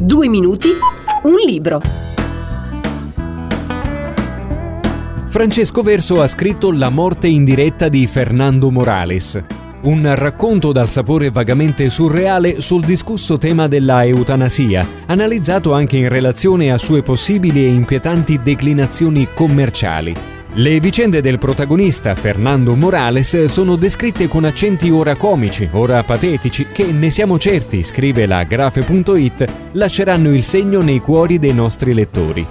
2 minuti, un libro. Francesco Verso ha scritto La morte in diretta di Fernando Morales, un racconto dal sapore vagamente surreale sul discusso tema della eutanasia, analizzato anche in relazione a sue possibili e inquietanti declinazioni commerciali. Le vicende del protagonista, Fernando Morales, sono descritte con accenti ora comici, ora patetici, che ne siamo certi, scrive la Grafe.it, lasceranno il segno nei cuori dei nostri lettori.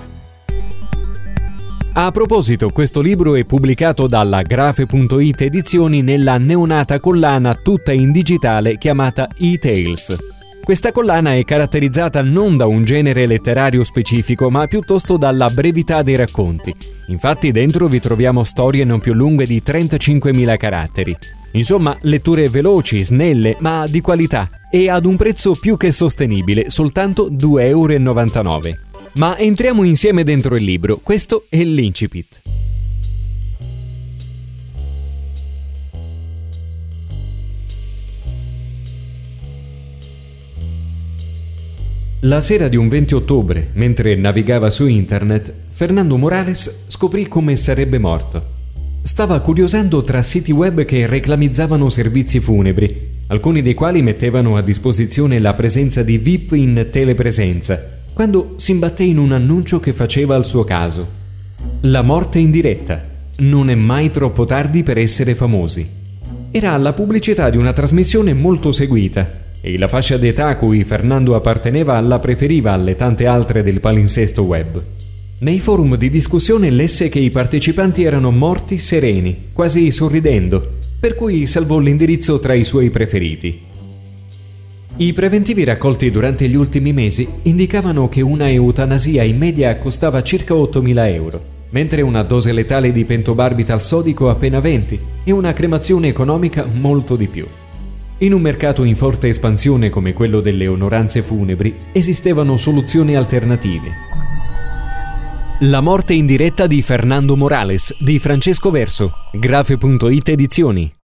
A proposito, questo libro è pubblicato dalla Grafe.it Edizioni nella neonata collana tutta in digitale chiamata E-Tales. Questa collana è caratterizzata non da un genere letterario specifico, ma piuttosto dalla brevità dei racconti. Infatti dentro vi troviamo storie non più lunghe di 35.000 caratteri. Insomma, letture veloci, snelle, ma di qualità e ad un prezzo più che sostenibile, soltanto €2,99. Ma entriamo insieme dentro il libro, questo è l'incipit. La sera di un 20 ottobre, mentre navigava su internet, Fernando Morales scoprì come sarebbe morto. Stava curiosando tra siti web che reclamizzavano servizi funebri, alcuni dei quali mettevano a disposizione la presenza di VIP in telepresenza, quando si imbatté in un annuncio che faceva al suo caso. La morte in diretta. Non è mai troppo tardi per essere famosi. Era la pubblicità di una trasmissione molto seguita e la fascia d'età a cui Fernando apparteneva la preferiva alle tante altre del palinsesto web. Nei forum di discussione lesse che i partecipanti erano morti sereni, quasi sorridendo, per cui salvò l'indirizzo tra i suoi preferiti. I preventivi raccolti durante gli ultimi mesi indicavano che una eutanasia in media costava circa €8.000, mentre una dose letale di pentobarbital sodico appena 20 e una cremazione economica molto di più. In un mercato in forte espansione come quello delle onoranze funebri esistevano soluzioni alternative. La morte in diretta di Fernando Morales di Francesco Verso, Grafe.it Edizioni.